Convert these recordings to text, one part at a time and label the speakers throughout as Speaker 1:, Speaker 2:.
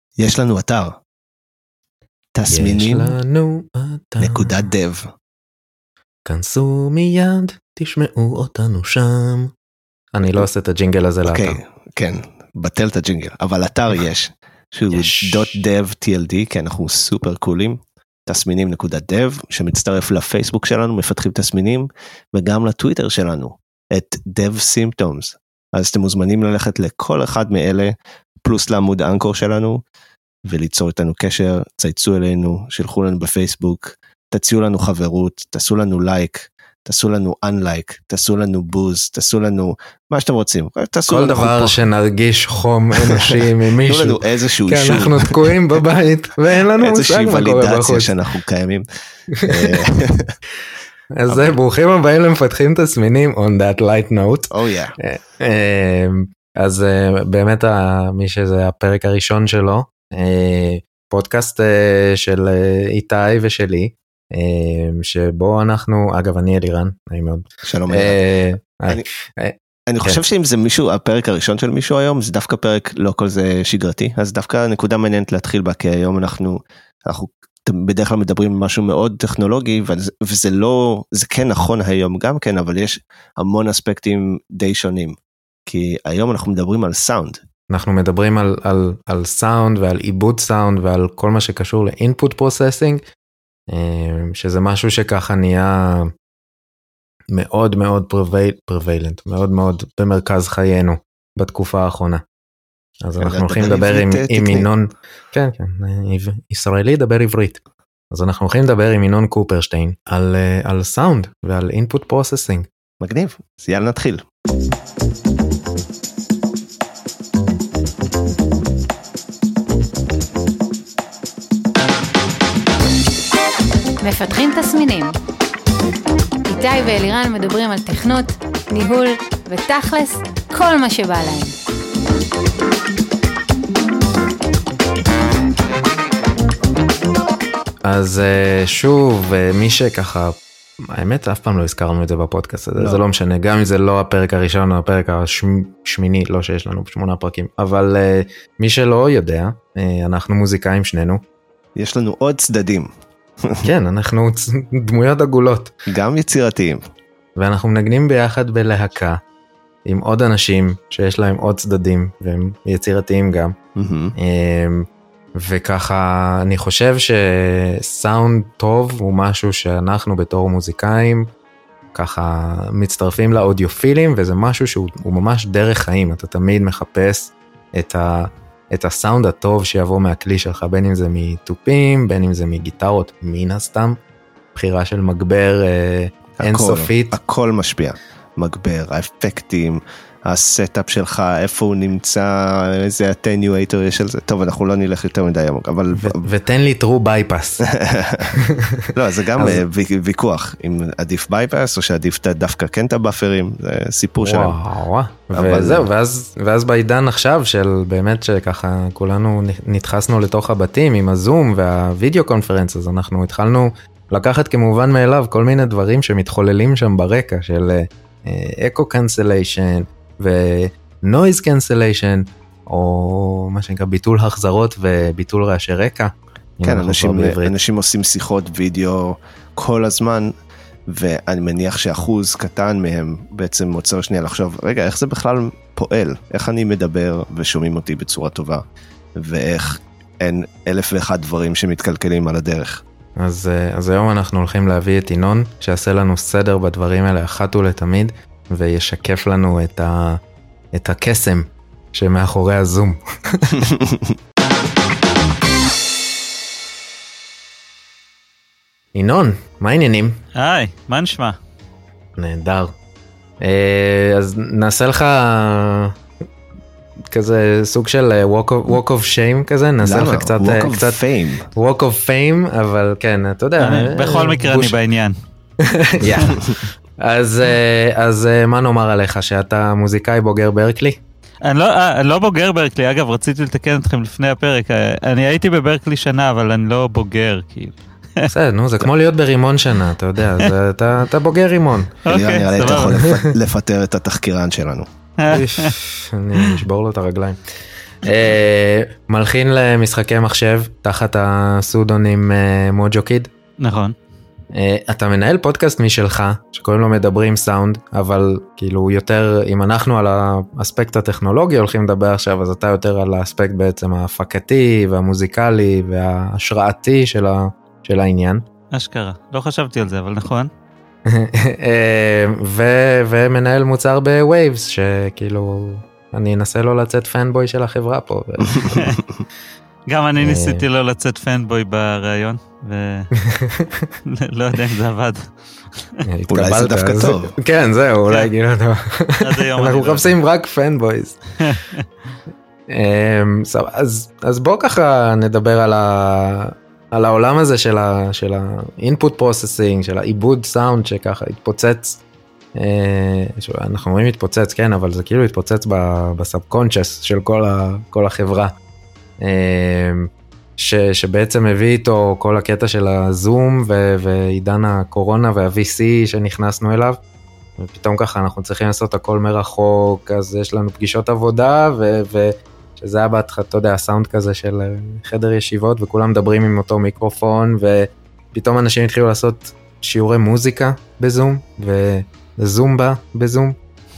Speaker 1: יש לנו אתר. תסמינים.dev.
Speaker 2: כנסו מיד, תשמעו אותנו שם. אני לא עושה את הג'ינגל הזה לאתר.
Speaker 1: אוקיי, כן, בטל את הג'ינגל. אבל אתר יש, שהוא .dev TLD, כי אנחנו סופר קולים. תסמינים.dev, שמצטרף לפייסבוק שלנו, מפתחים תסמינים, וגם לטוויטר שלנו, את dev symptoms. אז אתם מוזמנים ללכת לכל אחד מאלה, פלוס לעמוד האנקור שלנו, וליצור איתנו קשר, צייצו אלינו, שלחו לנו בפייסבוק, תציעו לנו חברות, תעשו לנו לייק, תעשו לנו אנלייק, תעשו לנו בוז, תעשו לנו מה שאתם רוצים.
Speaker 2: כל דבר שנרגיש חום אנושי ממישהו.
Speaker 1: תנו לנו איזשהו
Speaker 2: שוב. כי אנחנו תקועים בבית, ואין לנו מושג מה קורה בחוץ.
Speaker 1: איזושהי ולידציה שאנחנו קיימים.
Speaker 2: אז זה, ברוכים הבאים למפתחים תסמינים, on that light note.
Speaker 1: Oh yeah.
Speaker 2: אז באמת מי שזה הפרק הראשון שלו, פודקאסט של איתי ושלי, שבו אנחנו, אגב אני אלירן, נעים מאוד.
Speaker 1: שלום. אני חושב שאם זה מישהו, הפרק הראשון של מישהו היום, זה דווקא פרק לא כל זה שגרתי, אז דווקא נקודה מעניינת להתחיל בה, כי היום אנחנו בדרך כלל מדברים משהו מאוד טכנולוגי, וזה לא, זה כן נכון היום גם כן, אבל יש המון אספקטים די שונים, כי היום אנחנו מדברים על סאונד.
Speaker 2: אנחנו מדברים על סאונד ועל עיבוד סאונד ועל כל מה שקשור לאינפוט פרוססינג, שזה משהו שככה נהיה מאוד מאוד פרוביילנט, מאוד מאוד במרכז חיינו בתקופה האחרונה. אז אנחנו הולכים לדבר עם ינון, כן, ישראלי דבר עברית. אז אנחנו הולכים לדבר עם ינון קופרשטיין על סאונד ועל אינפוט פרוססינג.
Speaker 1: מגניב, אז יאללה נתחיל.
Speaker 3: מפתחים תסמינים. איתי ואלירן מדברים על תכנות, ניהול ותכלס, כל מה שבא להם.
Speaker 2: אז שוב, מי שככה, האמת אף פעם לא הזכרנו את זה בפודקאסט הזה, זה לא משנה, גם אם זה לא הפרק הראשון או הפרק השמיני, לא שיש לנו 8 פרקים, אבל מי שלא יודע, אנחנו מוזיקאים שנינו.
Speaker 1: יש לנו עוד צדדים.
Speaker 2: כן, אנחנו דמויות עגולות.
Speaker 1: גם יצירתיים.
Speaker 2: ואנחנו מנגנים ביחד בלהקה, עם עוד אנשים שיש להם עוד צדדים, והם יצירתיים גם. וככה, אני חושב שסאונד טוב הוא משהו שאנחנו בתור מוזיקאים, ככה מצטרפים לאודיופילים, וזה משהו שהוא ממש דרך חיים. אתה תמיד מחפש את הסאונד הטוב שיבוא מהכלי שלך, בין אם זה מטופים, בין אם זה מגיטרות, מן הסתם, בחירה של מגבר אינסופית.
Speaker 1: הכל משפיע, מגבר, האפקטים, הסטאפ שלך, איפה הוא נמצא, איזה אטניואטור יש על זה, טוב, אנחנו לא נלך יותר מדי עמוק, אבל...
Speaker 2: ותן לי טרו בייפס.
Speaker 1: לא, זה גם ויכוח, אם עדיף בייפס, או שעדיף דווקא כן את הבאפרים, זה סיפור שלנו.
Speaker 2: וזהו, ואז בעידן עכשיו, של באמת שככה, כולנו נתחסנו לתוך הבתים, עם הזום והווידאו קונפרנס, אז אנחנו התחלנו לקחת כמובן מאליו, כל מיני דברים שמתחוללים שם ברקע, של אקו קנסליישן, ו-noise cancellation, או מה שנקרא ביטול החזרות וביטול רעשי רקע.
Speaker 1: כן, אנשים עושים שיחות וידאו כל הזמן, ואני מניח שאחוז קטן מהם בעצם מוצר שנייה לחשוב, רגע, איך זה בכלל פועל? איך אני מדבר ושומעים אותי בצורה טובה? ואיך אין 1001 דברים שמתקלקלים על הדרך?
Speaker 2: אז היום אנחנו הולכים להביא את ינון, שיעשה לנו סדר בדברים האלה אחת ולתמיד, וישקף לנו את הקסם שמאחורי הזום. ינון, מה העניינים?
Speaker 4: היי, מה נשמע?
Speaker 2: נהדר. אז נעשה לך כזה סוג של walk of shame כזה, נעשה לך קצת walk of fame, אבל כן, אתה יודע.
Speaker 4: בכל מקרה אני בעניין.
Speaker 2: אז מה נאמר עליך, שאתה מוזיקאי בוגר ברקלי?
Speaker 4: אני לא בוגר ברקלי, אגב רציתי לתקן אתכם לפני הפרק, אני הייתי בברקלי שנה, אבל אני לא בוגר, כאילו.
Speaker 2: בסדר, נו, זה כמו להיות ברימון שנה, אתה יודע, אתה בוגר רימון.
Speaker 1: נראה לי אתה יכול לפטר את התחקירן שלנו.
Speaker 2: אני אשבור לו את הרגליים. מלחין למשחקי מחשב תחת הסודונים מוג'ו קיד.
Speaker 4: נכון.
Speaker 2: אתה מנהל פודקאסט משלך שקוראים לו מדברים סאונד, אבל כאילו יותר, אם אנחנו על האספקט הטכנולוגי הולכים לדבר עכשיו, אז אתה יותר על האספקט בעצם ההפקתי והמוזיקלי וההשראתי של העניין.
Speaker 4: אשכרה, לא חשבתי על זה, אבל נכון.
Speaker 2: ומנהל מוצר בווייבס, שכאילו אני אנסה לא לצאת פנבוי של החברה פה.
Speaker 4: גם אני ניסיתי לא לצאת פנבוי בראיון, ולא יודע אם זה עבד.
Speaker 1: אולי זה דווקא טוב.
Speaker 2: כן, זהו, אולי גילה טוב. אנחנו מחפשים רק פנבויז. אז בואו ככה נדבר על העולם הזה של ה-input processing, של העיבוד סאונד שככה התפוצץ, אנחנו אומרים התפוצץ, כן, אבל זה כאילו התפוצץ בסאבקונצ'ס של כל החברה, שבעצם הביא איתו כל הקטע של הזום ועידן הקורונה וה-VC שנכנסנו אליו, ופתאום ככה אנחנו צריכים לעשות הכל מרחוק, אז יש לנו פגישות עבודה, שזה היה בהתחלה, אתה יודע, הסאונד כזה של חדר ישיבות, וכולם מדברים עם אותו מיקרופון, ופתאום אנשים התחילו לעשות שיעורי מוזיקה בזום, וזומבה בזום.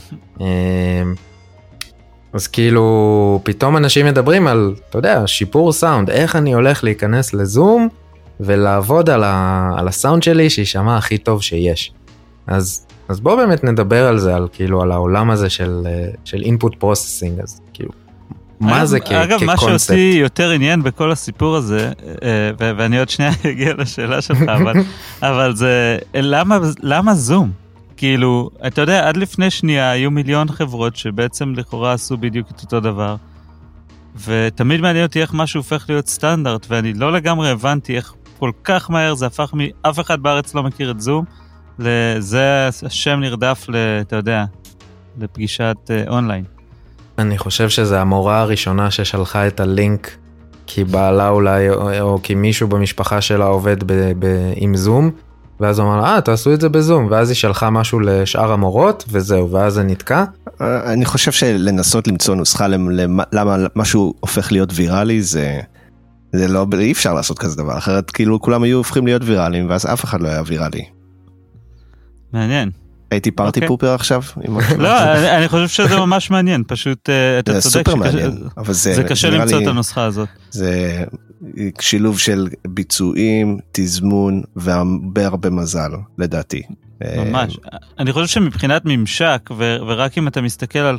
Speaker 2: אז כאילו, פתאום אנשים מדברים על, אתה יודע, שיפור סאונד, איך אני הולך להיכנס לזום, ולעבוד על הסאונד שלי, שישמע הכי טוב שיש. אז בואו באמת נדבר על זה, כאילו, על העולם הזה של input processing, אז כאילו, מה זה כקונספט?
Speaker 4: אגב, מה שעושה יותר עניין בכל הסיפור הזה, ואני עוד שנייה אגיע לשאלה שלך, אבל זה, למה זום? כאילו, אתה יודע, עד לפני שנייה היו מיליון חברות שבעצם לכאורה עשו בדיוק את אותו דבר, ותמיד מעניין אותי איך משהו הופך להיות סטנדרט, ואני לא לגמרי הבנתי איך כל כך מהר זה הפך אף אחד בארץ לא מכיר את זום, זה השם נרדף, אתה יודע, לפגישת אונליין.
Speaker 2: אני חושב שזה המורה הראשונה ששלחה את הלינק, כי בעלה אולי, או כי מישהו במשפחה שלה עובד עם זום, ואז הוא אמר, תעשו את זה בזום, ואז היא שלחה משהו לשאר המורות, וזהו, ואז זה נתקע.
Speaker 1: אני חושב שלנסות למצוא נוסחה למה משהו הופך להיות ויראלי, זה לא, אי אפשר לעשות כזה דבר, אחרת כאילו כולם היו הופכים להיות ויראליים, ואז אף אחד לא היה ויראלי.
Speaker 4: מעניין.
Speaker 1: הייתי פארטי פופר עכשיו?
Speaker 4: לא, אני חושב שזה ממש מעניין, פשוט אתה צודק, זה קשה למצוא את הנוסחה הזאת.
Speaker 1: זה שילוב של ביצועים, תזמון, והרבה מזל, לדעתי.
Speaker 4: ממש. אני חושב שמבחינת ממשק, ורק אם אתה מסתכל על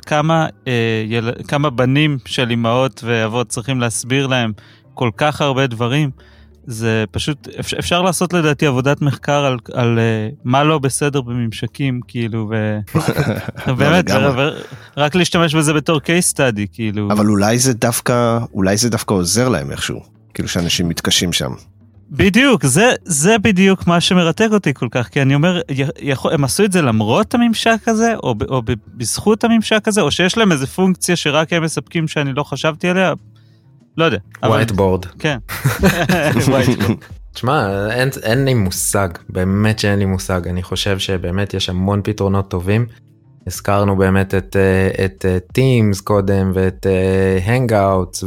Speaker 4: כמה בנים של אמהות ואבות צריכים להסביר להם כל כך הרבה דברים, זה פשוט, אפשר לעשות לדעתי עבודת מחקר על מה לא בסדר בממשקים, כאילו, באמת, רק להשתמש בזה בתור case study, כאילו.
Speaker 1: אבל אולי זה דווקא עוזר להם איכשהו, כאילו שאנשים מתקשים שם.
Speaker 4: בדיוק, זה בדיוק מה שמרתק אותי כל כך, כי אני אומר, הם עשו את זה למרות הממשק הזה, או בזכות הממשק הזה, או שיש להם איזו פונקציה שרק הם מספקים שאני לא חשבתי עליה, לא יודע.
Speaker 2: ווייטבורד.
Speaker 4: כן. ווייטבורד.
Speaker 2: תשמע, אין לי מושג, באמת שאין לי מושג, אני חושב שבאמת יש המון פתרונות טובים, הזכרנו באמת את Teams קודם, ואת Hangouts,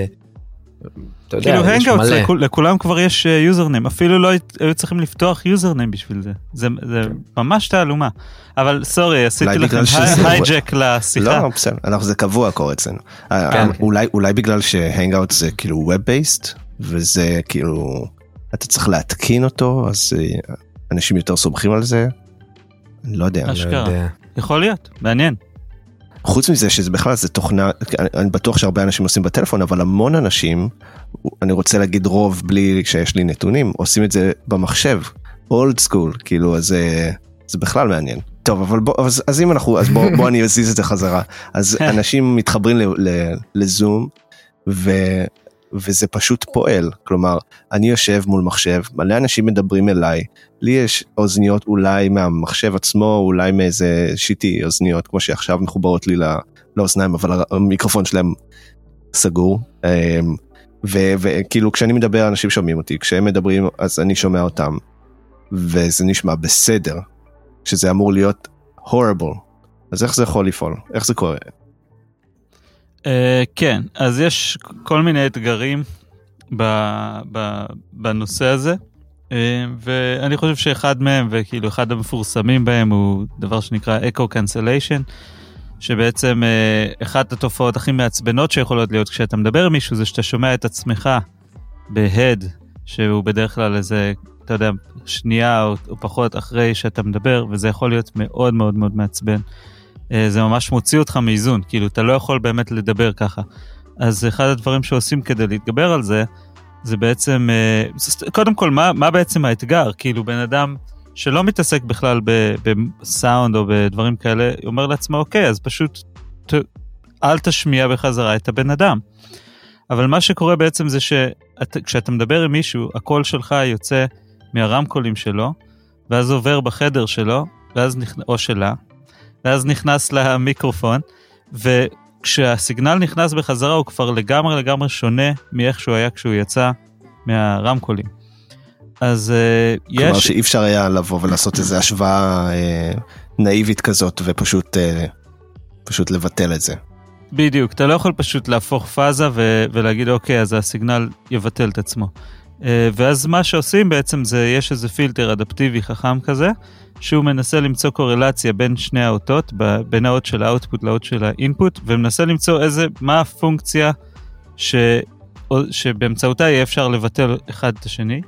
Speaker 2: אתה יודע,
Speaker 4: כאילו
Speaker 2: יש מלא.
Speaker 4: Hangouts, לכולם כבר יש יוזרניים, אפילו לא היו צריכים לפתוח יוזרניים בשביל זה, זה ממש תעלומה, אבל סורי, עשיתי לכם הייג'ק לשיחה.
Speaker 1: לא, בסדר, זה קבוע קורה אצלנו. אולי בגלל ש-Hangouts זה כאילו Web-based, וזה כאילו, אתה צריך להתקין אותו, אז אנשים יותר סומכים על זה, אני לא יודע.
Speaker 4: אשכרה, יכול להיות, מעניין.
Speaker 1: חוץ מזה שזה בכלל זה תוכנה, אני בטוח שהרבה אנשים עושים בטלפון, אבל המון אנשים, אני רוצה להגיד רוב בלי שיש לי נתונים, עושים את זה במחשב, old school, כאילו, אז זה בכלל מעניין. טוב, אבל אז אם אנחנו, אז בוא אני אזיז את זה חזרה. אז אנשים מתחברים לזום, וזה פשוט פועל, כלומר, אני יושב מול מחשב, מלא אנשים מדברים אליי, לי יש אוזניות אולי מהמחשב עצמו, אולי מאיזה שיטי אוזניות, כמו שעכשיו מחוברות לי לאוזניים, אבל המיקרופון שלהם סגור, וכאילו כשאני מדבר, אנשים שומעים אותי, כשהם מדברים, אז אני שומע אותם, וזה נשמע בסדר, שזה אמור להיות horrible, אז איך זה יכול לפעול? איך זה קורה?
Speaker 4: כן, אז יש כל מיני אתגרים בנושא הזה, ואני חושב שאחד מהם, וכאילו אחד המפורסמים בהם, הוא דבר שנקרא Echo Cancellation, שבעצם אחת התופעות הכי מעצבנות שיכולות להיות כשאתה מדבר עם מישהו, זה שאתה שומע את עצמך בהד, שהוא בדרך כלל איזה, אתה יודע, שנייה או פחות אחרי שאתה מדבר, וזה יכול להיות מאוד מאוד מאוד מעצבן. זה ממש מוציא אותך מאיזון, כאילו אתה לא יכול באמת לדבר ככה. אז אחד הדברים שעושים כדי להתגבר על זה, זה בעצם, קודם כל, מה בעצם האתגר? כאילו בן אדם שלא מתעסק בכלל בסאונד או בדברים כאלה, אומר לעצמו, אוקיי, אז פשוט אל תשמיע בחזרה את הבן אדם. אבל מה שקורה בעצם זה שכשאתה מדבר עם מישהו, הקול שלך יוצא מהרמקולים שלו, ואז עובר בחדר שלו, או שלה, ואז נכנס למיקרופון, וכשהסיגנל נכנס בחזרה, הוא כבר לגמרי שונה מאיך שהוא היה כשהוא יצא מהרמקולים. אז יש...
Speaker 1: כלומר שאי אפשר היה לבוא ולעשות איזו השוואה נאיבית כזאת, ופשוט לבטל את זה.
Speaker 4: בדיוק, אתה לא יכול פשוט להפוך פאזה ולהגיד, אוקיי, אז הסיגנל יבטל את עצמו. ואז מה שעושים בעצם זה, יש איזה פילטר אדפטיבי חכם כזה, שהוא מנסה למצוא קורלציה בין שני האותות, בין האות של האוטפוט לאות של האינפוט, ומנסה למצוא מה הפונקציה שבאמצעותה יהיה אפשר לבטל אחד את השני.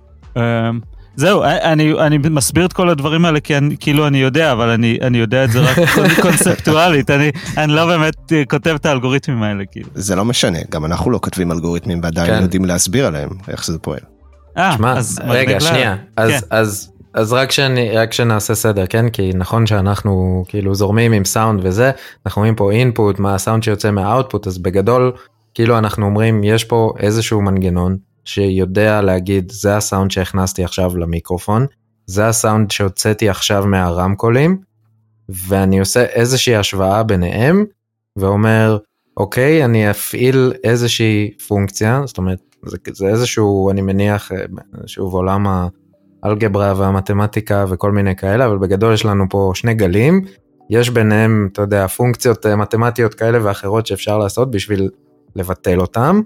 Speaker 4: זהו, אני מסביר את כל הדברים האלה, כי כאילו אני יודע, אבל אני יודע את זה רק קונספטואלית, אני לא באמת כותב את האלגוריתמים האלה, כאילו.
Speaker 1: זה לא משנה, גם אנחנו לא כותבים אלגוריתמים, ועדיין יודעים להסביר עליהם איך זה פועל.
Speaker 2: רגע, שנייה, אז רק שנעשה סדר, כן? כי נכון שאנחנו כאילו זורמים עם סאונד וזה, אנחנו אומרים פה אינפוט, מה הסאונד שיוצא מהאוטפוט, אז בגדול, כאילו אנחנו אומרים, יש פה איזשהו מנגנון, שיודע להגיד, זה הסאונד שהכנסתי עכשיו למיקרופון, זה הסאונד שהוצאתי עכשיו מהרמקולים, ואני עושה איזושהי השוואה ביניהם, ואומר, אוקיי, אני אפעיל איזושהי פונקציה, זאת אומרת, זה איזשהו, אני מניח, איזשהו בעולם האלגברה והמתמטיקה וכל מיני כאלה, אבל בגדול יש לנו פה שני גלים, יש ביניהם, אתה יודע, פונקציות מתמטיות כאלה ואחרות שאפשר לעשות בשביל לבטל אותם,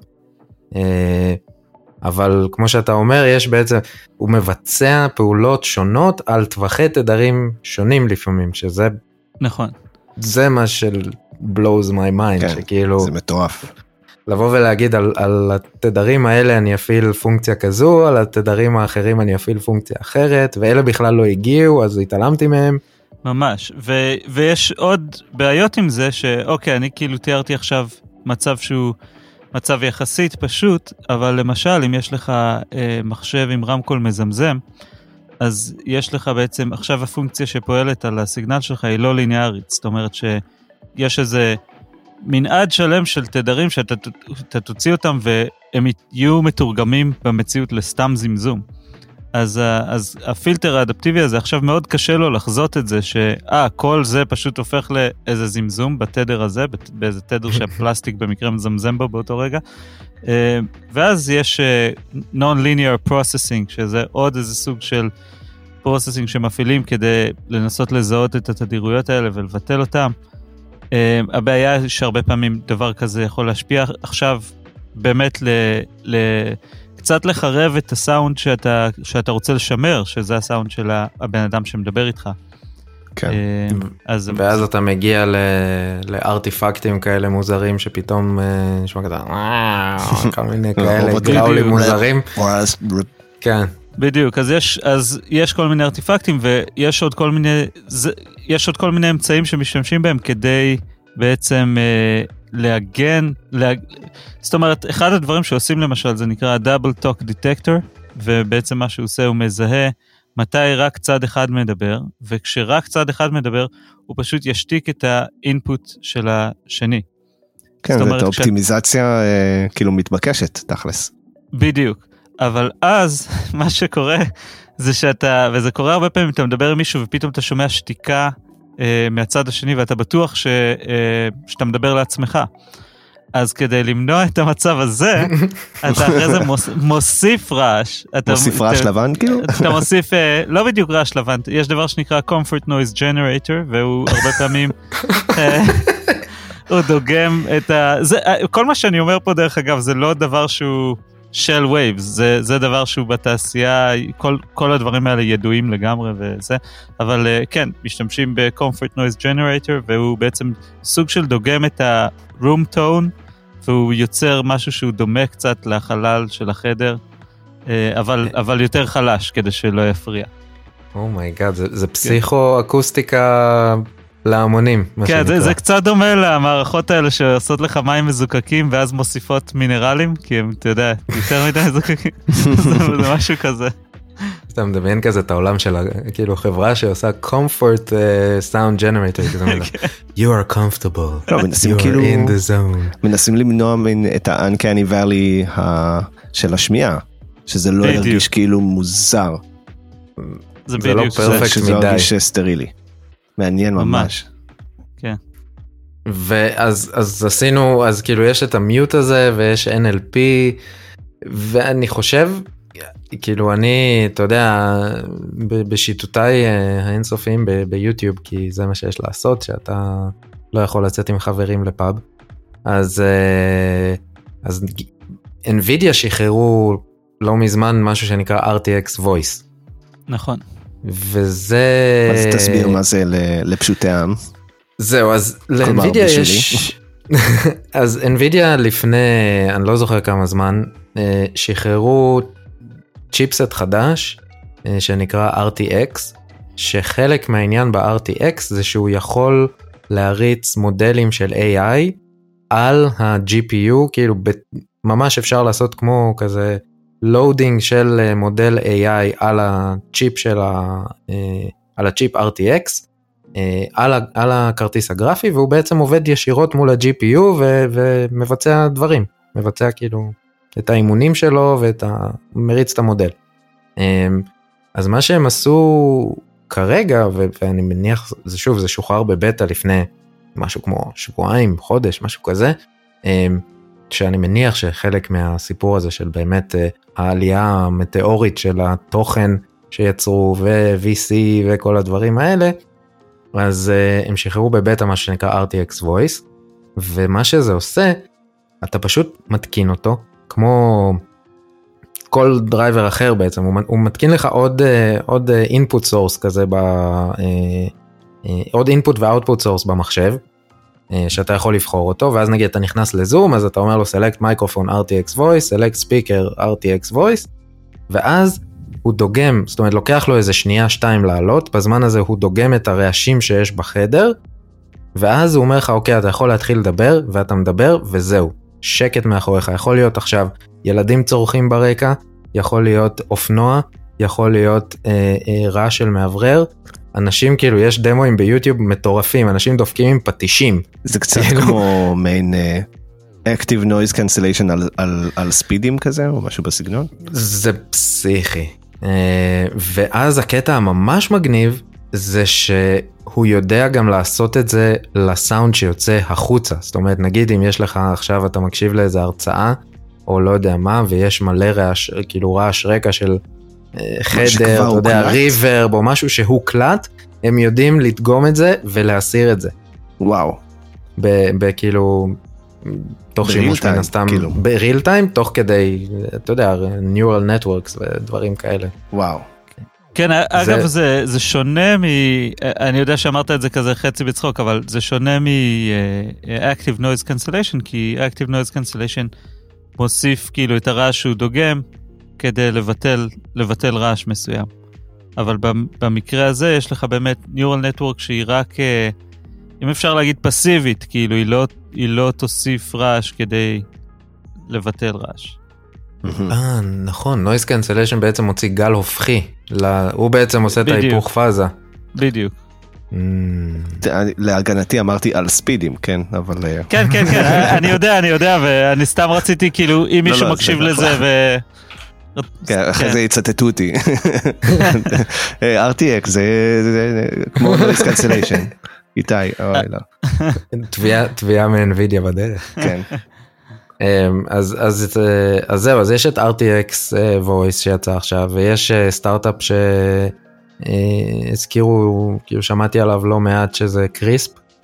Speaker 2: אבל כמו שאתה אומר, יש בעצם, הוא מבצע פעולות שונות על טווחי תדרים שונים לפעמים, שזה...
Speaker 4: נכון.
Speaker 2: זה מה של blows my mind,
Speaker 1: כן,
Speaker 2: שכאילו...
Speaker 1: זה מטורף.
Speaker 2: לבוא ולהגיד על התדרים האלה אני אפעיל פונקציה כזו, על התדרים האחרים אני אפעיל פונקציה אחרת, ואלה בכלל לא הגיעו, אז התעלמתי מהם.
Speaker 4: ממש, ויש עוד בעיות עם זה, שאוקיי, אני כאילו תיארתי עכשיו מצב שהוא... מצב יחסית פשוט, אבל למשל, אם יש לך מחשב עם רמקול מזמזם, אז יש לך בעצם, עכשיו הפונקציה שפועלת על הסיגנל שלך היא לא ליניארית, זאת אומרת שיש איזה מנעד שלם של תדרים שאתה תוציא אותם והם יהיו מתורגמים במציאות לסתם זמזום. אז הפילטר האדפטיבי הזה עכשיו מאוד קשה לו לחזות את זה, כל זה פשוט הופך לאיזה זמזום בתדר הזה, באיזה תדר שהפלסטיק במקרה מזמזם בו באותו רגע, ואז יש non-linear processing, שזה עוד איזה סוג של processing שמפעילים כדי לנסות לזהות את התדירויות האלה ולבטל אותם. הבעיה היא שהרבה פעמים דבר כזה יכול להשפיע עכשיו באמת קצת לחרב את הסאונד שאתה רוצה לשמר, שזה הסאונד של הבן אדם שמדבר איתך.
Speaker 1: כן.
Speaker 2: ואז אתה מגיע לארטיפקטים כאלה מוזרים, שפתאום נשמע כזה, כל מיני כאלה גראולים מוזרים. כן.
Speaker 4: בדיוק, אז יש כל מיני ארטיפקטים, ויש עוד כל מיני אמצעים שמשתמשים בהם, כדי בעצם להגן, זאת אומרת, אחד הדברים שעושים למשל, זה נקרא Double Talk Detector, ובעצם מה שהוא עושה, הוא מזהה מתי רק צד אחד מדבר, וכשרק צד אחד מדבר, הוא פשוט ישתיק את האינפוט של השני.
Speaker 1: כן, זאת האופטימיזציה כאילו מתבקשת, תכלס.
Speaker 4: בדיוק, אבל אז מה שקורה, זה וזה קורה הרבה פעמים, אתה מדבר עם מישהו, ופתאום אתה שומע שתיקה, מהצד השני, ואתה בטוח שאתה מדבר לעצמך. אז כדי למנוע את המצב הזה, אתה אחרי זה מוסיף רעש.
Speaker 1: מוסיף רעש לבן כאילו?
Speaker 4: אתה מוסיף, לא בדיוק רעש לבן, יש דבר שנקרא Comfort Noise Generator, והוא הרבה פעמים, הוא דוגם את כל מה שאני אומר פה דרך אגב, זה לא דבר שהוא shell waves, זה דבר שהוא בתעשייה, כל הדברים האלה ידועים לגמרי וזה, אבל כן, משתמשים ב-Comfort Noise Generator, והוא בעצם סוג של דוגם את ה-room tone, והוא יוצר משהו שהוא דומה קצת לחלל של החדר, אבל יותר חלש, כדי שלא יפריע.
Speaker 2: אומייגאד, זה פסיכו-אקוסטיקה להמונים.
Speaker 4: כן, זה קצת דומה למערכות האלה שעושות לך מים מזוקקים, ואז מוסיפות מינרלים, כי הם, אתה יודע, יותר מדי מזוקקים. זה משהו כזה.
Speaker 2: אתה מדמיין כזה את העולם של כאילו חברה שעושה comfort sound generator, כזה מילה. You are comfortable, you are in the zone.
Speaker 1: מנסים למנוע את ה-uncanny valley של השמיעה, שזה לא ירגיש כאילו מוזר.
Speaker 4: זה לא
Speaker 2: פרפקט
Speaker 1: שזה ירגיש סטרילי. מעניין ממש.
Speaker 4: כן.
Speaker 2: ואז עשינו, אז כאילו יש את המיוט הזה, ויש NLP, ואני חושב, כאילו אני, אתה יודע, בשיטותיי האינסופיים ביוטיוב, כי זה מה שיש לעשות, שאתה לא יכול לצאת עם חברים לפאב, אז NVIDIA שחררו לא מזמן משהו שנקרא RTX Voice.
Speaker 4: נכון.
Speaker 2: וזה...
Speaker 1: אז תסביר מה זה לפשוטי העם.
Speaker 2: זהו, אז ל-NVIDIA יש... אז NVIDIA לפני, אני לא זוכר כמה זמן, שחררו צ'יפסט חדש, שנקרא RTX, שחלק מהעניין ב-RTX זה שהוא יכול להריץ מודלים של AI על ה-GPU, כאילו ממש אפשר לעשות כמו כזה לואודינג של מודל AI על הצ'יפ על הצ'יפ RTX, על הכרטיס הגרפי, והוא בעצם עובד ישירות מול ה-GPU ומבצע דברים, מבצע כאילו את האימונים שלו ומריץ את המודל. אז מה שהם עשו כרגע, ואני מניח, זה שוב, זה שוחרר בבטא לפני משהו כמו שבועיים, חודש, משהו כזה, שאני מניח שחלק מהסיפור הזה של באמת העלייה המטאורית של התוכן שיצרו ו-VC וכל הדברים האלה, אז הם שחררו בבטא מה שנקרא RTX Voice, ומה שזה עושה, אתה פשוט מתקין אותו, כמו כל דרייבר אחר בעצם, הוא מתקין לך עוד input source כזה, עוד input ו-output source במחשב, שאתה יכול לבחור אותו, ואז נגיד אתה נכנס לזום, אז אתה אומר לו select microphone RTX voice, select speaker RTX voice, ואז הוא דוגם, זאת אומרת לוקח לו איזה שנייה 2 לעלות, בזמן הזה הוא דוגם את הרעשים שיש בחדר, ואז הוא אומר לך אוקיי אתה יכול להתחיל לדבר, ואתה מדבר וזהו, שקט מאחוריך, יכול להיות עכשיו ילדים צורכים ברקע, יכול להיות אופנוע, יכול להיות רעש של מעברר, אנשים כאילו יש דמוים ביוטיוב מטורפים, אנשים דופקים עם פטישים.
Speaker 1: זה קצת כמו מיין active noise cancellation על ספידים כזה או משהו בסגנון?
Speaker 2: זה פסיכי. ואז הקטע הממש מגניב זה שהוא יודע גם לעשות את זה לסאונד שיוצא החוצה. זאת אומרת נגיד אם יש לך עכשיו אתה מקשיב לאיזה הרצאה או לא יודע מה ויש מלא רעש, כאילו רעש רקע של חדר, אתה יודע, ריברב או משהו שהוא קלט, הם יודעים לדגום את זה ולהסיר את זה.
Speaker 1: וואו.
Speaker 2: בכאילו, תוך שימוש מן הסתם, בריל טיים, תוך כדי, אתה יודע, neural networks ודברים כאלה.
Speaker 1: וואו.
Speaker 4: כן, אגב זה שונה אני יודע שאמרת את זה כזה חצי בצחוק, אבל זה שונה מ-active noise cancellation, כי active noise cancellation מוסיף כאילו את הרעש שהוא דוגם, כדי לבטל רעש מסוים. אבל במקרה הזה יש לך באמת neural network שהיא רק, אם אפשר להגיד פסיבית, כאילו היא לא תוסיף רעש כדי לבטל רעש.
Speaker 2: נכון, noise cancellation בעצם מוציא גל הופכי, הוא בעצם עושה את ההיפוך פאזה.
Speaker 4: בדיוק.
Speaker 1: להגנתי אמרתי על ספידים, כן, אבל...
Speaker 4: כן, אני יודע, ואני סתם רציתי כאילו, אם מישהו מקשיב לזה
Speaker 1: כן, אחרי זה יצטטו אותי. RTX זה כמו noise cancellation. איתי, אוי לא.
Speaker 2: תביעה מ-NVIDIA בדרך.
Speaker 1: כן.
Speaker 2: אז זהו, אז יש את RTX Voice שיצא עכשיו, ויש סטארט-אפ שהזכירו, כאילו שמעתי עליו לא מעט שזה קריספ,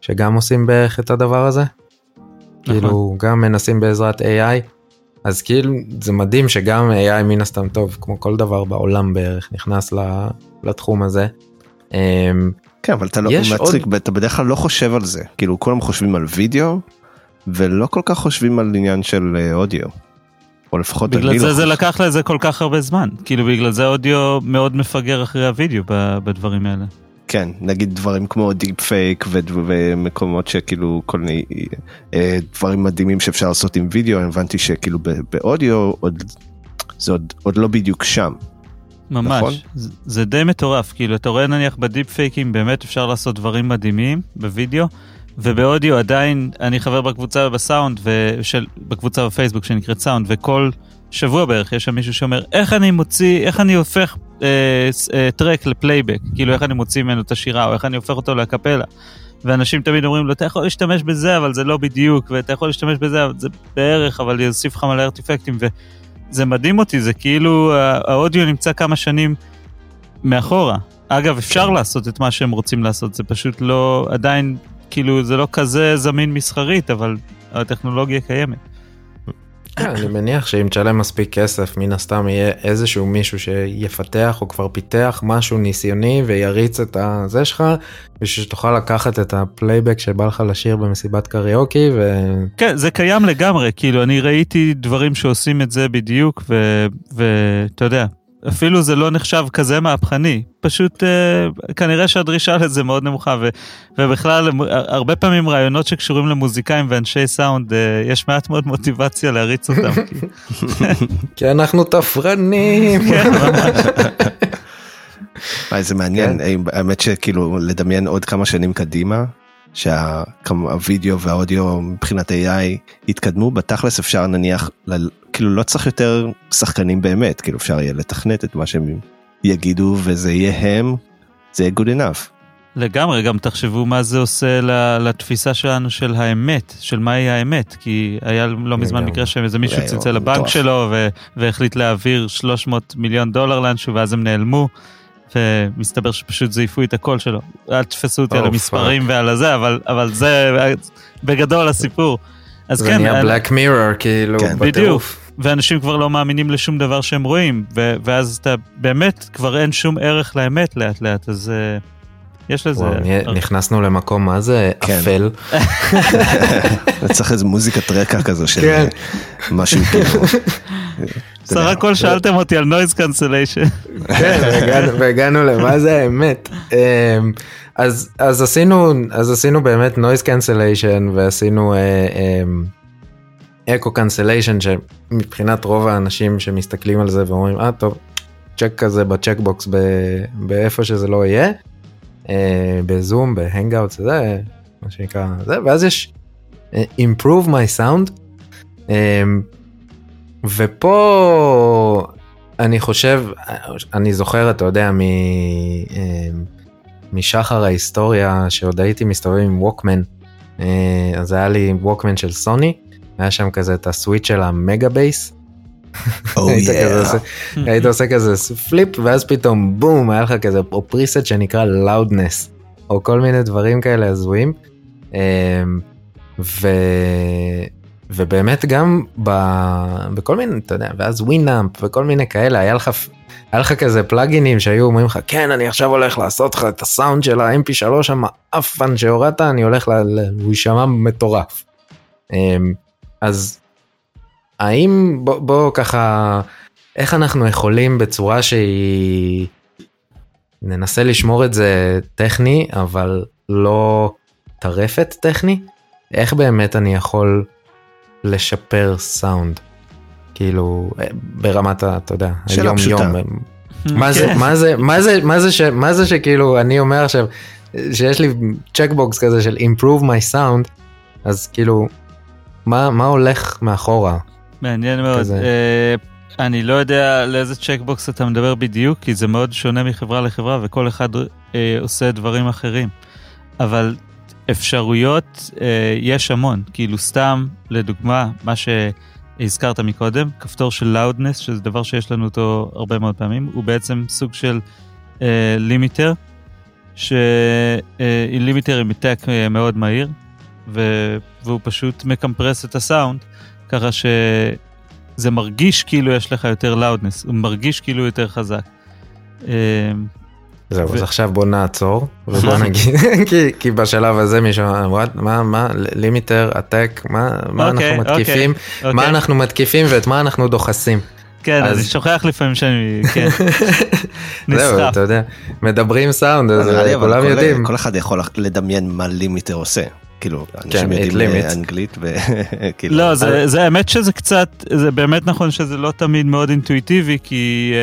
Speaker 2: שגם עושים בערך את הדבר הזה. כאילו גם מנסים בעזרת AI, אז כאילו זה מדהים שגם AI מן הסתם טוב, כמו כל דבר בעולם בערך, נכנס לתחום הזה.
Speaker 1: כן, אבל אתה לא מצחיק, אתה בדרך כלל לא חושב על זה, כאילו כולם חושבים על וידאו, ולא כל כך חושבים על עניין של אודיו. או לפחות
Speaker 4: בגלל זה זה לקח לזה כל כך הרבה זמן, כאילו בגלל זה אודיו מאוד מפגר אחרי הוידאו בדברים האלה.
Speaker 1: כן, נגיד דברים כמו דיפ פייק ומקומות שכאילו כל מיני דברים מדהימים שאפשר לעשות עם וידאו, אני הבנתי שכאילו באודיו זה עוד לא בדיוק שם.
Speaker 4: ממש,
Speaker 1: נכון?
Speaker 4: זה די מטורף, כאילו אתה רואה נניח בדיפ פייקים באמת אפשר לעשות דברים מדהימים בוידאו, ובאודיו עדיין אני חבר בקבוצה בסאונד, בקבוצה בפייסבוק שנקראת סאונד, וכל שבוע בערך יש שם מישהו שאומר, איך אני הופך טרק לפלייבק, כאילו איך אני מוציא ממנו את השירה, או איך אני הופך אותו לקפלה, ואנשים תמיד אומרים לו, אתה יכול להשתמש בזה, אבל זה לא בדיוק, ואתה יכול להשתמש בזה, אבל זה בערך, אבל יוסיף לך מלא ארטיפקטים, וזה מדהים אותי, זה כאילו, האודיו נמצא כמה שנים מאחורה. אגב, אפשר לעשות את מה שהם רוצים לעשות, זה פשוט לא, עדיין, כאילו, זה לא כזה זמין מסחרית, אבל הטכנולוגיה קיימת.
Speaker 2: אני מניח שאם תשלם מספיק כסף, מן הסתם יהיה איזשהו מישהו שיפתח או כבר פיתח משהו ניסיוני ויריץ את זה שלך, ושתוכל לקחת את הפלייבק שבא לך לשיר במסיבת קריוקי.
Speaker 4: כן, זה קיים לגמרי, כאילו אני ראיתי דברים שעושים את זה בדיוק, ואתה יודע, אפילו זה לא נחשב כזה מהפכני, פשוט כנראה שהדרישה לזה מאוד נמוכה, ובכלל הרבה פעמים רעיונות שקשורים למוזיקאים ואנשי סאונד, יש מעט מאוד מוטיבציה להריץ אותם.
Speaker 2: כי אנחנו תפרנים.
Speaker 4: כן, ממש.
Speaker 1: זה מעניין, האמת שכאילו לדמיין עוד כמה שנים קדימה, שהווידאו והאודיו מבחינת AI התקדמו, בתכלס אפשר נניח, כאילו לא צריך יותר שחקנים באמת, כאילו אפשר יהיה לתכנת את מה שהם יגידו, וזה יהיה הם, זה יהיה good enough.
Speaker 4: לגמרי, גם תחשבו מה זה עושה לתפיסה שלנו של האמת, של מהי האמת, כי היה לא מזמן מקרה שאיזה מישהו צלצל לבנק שלו, והחליט להעביר $300 מיליון לאנשהו, ואז הם נעלמו, ומסתבר שפשוט זייפו את הקול שלו. אל תפסו אותי על המספרים ועל הזה, אבל זה בגדול הסיפור.
Speaker 2: זה נהיה בלק מירור, כאילו,
Speaker 4: בדיוק. ואנשים כבר לא מאמינים לשום דבר שהם רואים, ואז אתה באמת כבר אין שום ערך לאמת לאט לאט, אז יש לזה...
Speaker 2: נכנסנו למקום, מה זה אפל?
Speaker 1: צריך איזו מוזיקת רקע כזו של משהו כאילו...
Speaker 2: סך
Speaker 4: הכל שאלתם אותי על noise cancellation.
Speaker 2: כן, והגענו למה זה האמת. אז עשינו באמת noise cancellation, ועשינו echo cancellation, שמבחינת רוב האנשים שמסתכלים על זה ואומרים, טוב, צ'ק כזה בצ'קבוקס באיפה שזה לא יהיה, בזום, בהנגאוט, זה מה שנקרא, ואז יש improve my sound, ופה אני חושב, אני זוכר, אתה יודע, משחר ההיסטוריה, שעוד הייתי מסתובב עם ווקמן, אז היה לי ווקמן של סוני, היה שם כזה את הסוויץ' של המגה בייס, היית עושה כזה פליפ, ואז פתאום בום, היה לך כזה או פריסט שנקרא לאודנס, או כל מיני דברים כאלה הזויים, ובאמת גם בכל מיני, אתה יודע, ואז ווינאמפ וכל מיני כאלה, היה לך כזה פלאגינים שהיו אומרים לך, כן, אני עכשיו הולך לעשות לך את הסאונד של ה-MP3 המאפן שהורדת, אני הולך הוא יישמע מטורף. אז האם, בוא ככה, איך אנחנו יכולים בצורה שהיא, ננסה לשמור את זה טכני, אבל לא טרפת טכני? איך באמת אני יכול לשפר סאונד? כאילו, ברמת, אתה יודע, היום יום. מה זה שכאילו, אני אומר עכשיו, שיש לי צ'קבוקס כזה של improve my sound, אז כאילו, מה הולך מאחורה?
Speaker 4: מעניין מאוד. אני לא יודע לאיזה צ'קבוקס אתה מדבר בדיוק, כי זה מאוד שונה מחברה לחברה, וכל אחד עושה דברים אחרים. אבל אפשרויות יש המון, כאילו סתם, לדוגמה, מה שהזכרת מקודם, כפתור של loudness, שזה דבר שיש לנו אותו הרבה מאוד פעמים, הוא בעצם סוג של לימיטר, לימיטר עם טק מאוד מהיר, והוא פשוט מקמפרס את הסאונד, ככה שזה מרגיש כאילו יש לך יותר לאודנס, הוא מרגיש כאילו יותר חזק.
Speaker 2: זהו, אז עכשיו בוא נעצור, ובוא נגיד, כי בשלב הזה מישהו אמר, מה, לימיטר, הטק, מה אנחנו מתקיפים, מה אנחנו מתקיפים ואת מה אנחנו דוחסים.
Speaker 4: כן, אני שוכח לפעמים שאני, כן,
Speaker 2: זהו, אתה יודע, מדברים סאונד, אז כולם יודעים.
Speaker 1: כל אחד יכול לדמיין מה לימיטר עושה, כאילו, אנשים יודעים אנגלית וכאילו.
Speaker 4: לא, זה האמת שזה קצת, זה באמת נכון שזה לא תמיד מאוד אינטואיטיבי, כי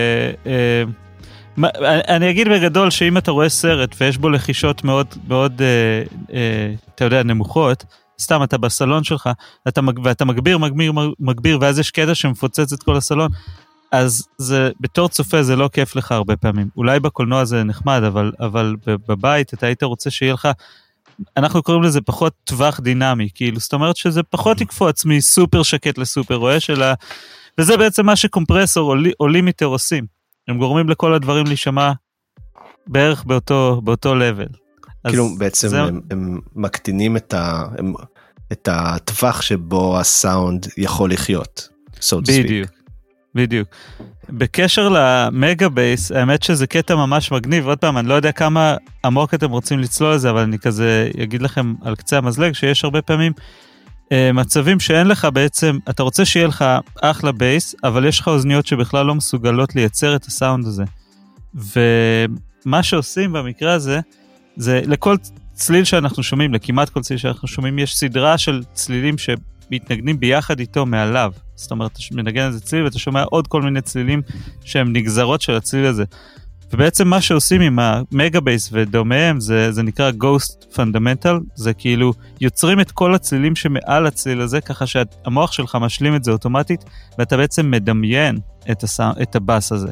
Speaker 4: אני אגיד בגדול שאם אתה רואה סרט ויש בו לחישות מאוד, מאוד, אתה יודע, נמוכות, סתם אתה בסלון שלך, ואתה מגביר, ואז יש קטע שמפוצץ את כל הסלון, אז זה, בתור צופה זה לא כיף לך הרבה פעמים. אולי בקולנוע זה נחמד, אבל בבית אתה היית רוצה שיהיה לך, אנחנו קוראים לזה פחות טווח דינמי, כאילו, זאת אומרת שזה פחות יקפוץ מסופר שקט לסופר רועש, וזה בעצם מה שקומפרסור או לימיטר עושים. הם גורמים לכל הדברים להישמע בערך באותו לבל.
Speaker 1: כאילו בעצם הם מקטינים את הטווח שבו הסאונד יכול לחיות.
Speaker 4: בדיוק. בקשר למגה בייס, האמת שזה קטע ממש מגניב, עוד פעם, אני לא יודע כמה עמוק אתם רוצים לצלול לזה, אבל אני כזה אגיד לכם על קצה המזלג, שיש הרבה פעמים מצבים שאין לך בעצם, אתה רוצה שיהיה לך אחלה בייס, אבל יש לך אוזניות שבכלל לא מסוגלות לייצר את הסאונד הזה. ומה שעושים במקרה הזה, זה לכל צליל שאנחנו שומעים, לכמעט כל צליל שאנחנו שומעים, יש סדרה של צלילים שמתנגנים ביחד איתו מעליו. זאת אומרת, אתה מנגן איזה צליל ואתה שומע עוד כל מיני צלילים שהם נגזרות של הצליל הזה. ובעצם מה שעושים עם המגה בייס ודומיהם, זה נקרא Ghost Fundamental, זה כאילו יוצרים את כל הצלילים שמעל הצליל הזה, ככה שהמוח שלך משלים את זה אוטומטית, ואתה בעצם מדמיין את הבאס הזה.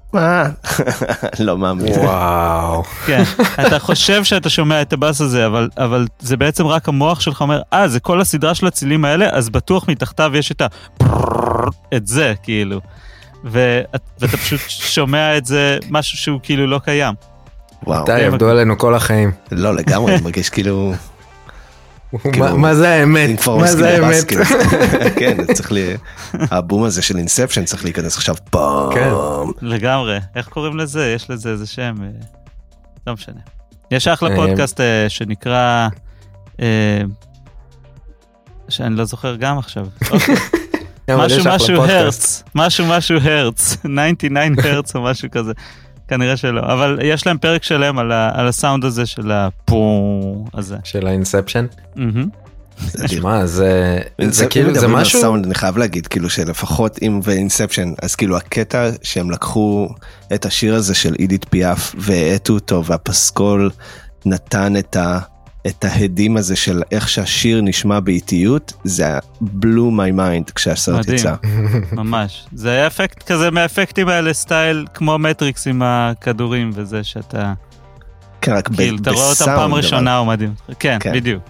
Speaker 1: לא מאמין.
Speaker 2: וואו. כן,
Speaker 4: אתה חושב שאתה שומע את הבאס הזה, אבל זה בעצם רק המוח שלך אומר, זה כל הסדרה של הצלילים האלה, אז בטוח מתחתיו יש את זה, כאילו. ואתה פשוט שומע את זה, משהו שהוא כאילו לא קיים.
Speaker 2: וואו. יעבדו עלינו כל החיים.
Speaker 1: לא, לגמרי, אני מרגיש כאילו...
Speaker 2: מה זה האמת? מה זה האמת?
Speaker 1: כן, צריך לי... הבום הזה של אינספשן צריך להיכנס עכשיו פעם.
Speaker 4: לגמרי. איך קוראים לזה? יש לזה איזה שם. לא משנה. יש אחלה פודקאסט שנקרא... שאני לא זוכר גם עכשיו. משהו הרץ. משהו הרץ. 99 הרץ או משהו כזה. כנראה שלא, אבל יש להם פרק שלם על הסאונד הזה של הפום הזה.
Speaker 2: של האינספשן? מה, זה כאילו, זה משהו...
Speaker 1: הסאונד, אני חייב להגיד, כאילו שלפחות אם ואינספשן, אז כאילו הקטע שהם לקחו את השיר הזה של אידית פיאף והעטו אותו, והפסקול נתן את ההדים הזה של איך שהשיר נשמע באיטיות, זה blew my mind כשהסרט יצא.
Speaker 4: ממש. זה היה אפקט כזה מהאפקטים האלה, סטייל כמו מטריקס עם הכדורים וזה שאתה...
Speaker 1: כן, רק בסאונד.
Speaker 4: אתה רואה אותם פעם ראשונה או מדהים. כן, בדיוק.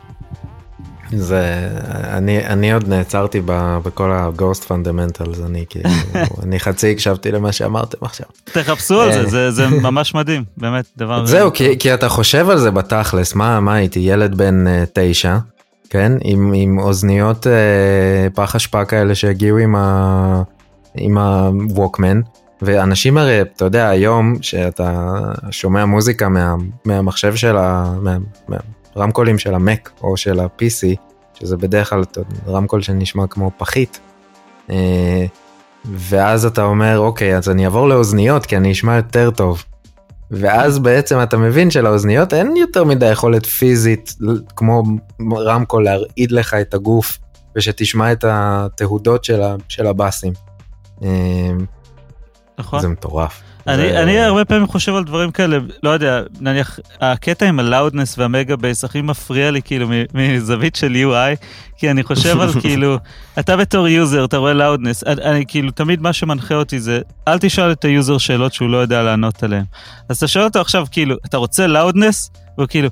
Speaker 2: אני עוד נעצרתי בכל ה-Ghost Fundamentals, אני חצי הקשבתי למה שאמרתם עכשיו.
Speaker 4: תחפשו על זה ממש מדהים, באמת, דבר...
Speaker 2: זהו, כי אתה חושב על זה בתכלס, מה הייתי, ילד בן 9, כן, עם אוזניות פח אשפה כאלה שהגיעו עם הווקמן, ואנשים הרי, אתה יודע, היום שאתה שומע מוזיקה מהמחשב של רמקולים של המק או של ה-PC, שזה בדרך כלל רמקול שנשמע כמו פחית, ואז אתה אומר, אוקיי, אז אני אעבור לאוזניות, כי אני אשמע יותר טוב, ואז בעצם אתה מבין שלאוזניות אין יותר מדי יכולת פיזית, כמו רמקול להרעיד לך את הגוף, ושתשמע את התהודות של הבאסים.
Speaker 4: נכון.
Speaker 2: זה מטורף.
Speaker 4: אני הרבה פעמים חושב על דברים כאלה, לא יודע, נניח, הקטע עם הלאודנס והמגה בייס הכי מפריע לי כאילו מזווית של UI, כי אני חושב על כאילו, אתה בתור יוזר, אתה רואה לאודנס, אני כאילו תמיד מה שמנחה אותי זה, אל תשאל את היוזר שאלות שהוא לא יודע לענות עליהן. אז אתה שואל אותו עכשיו כאילו, אתה רוצה לאודנס? והוא כאילו,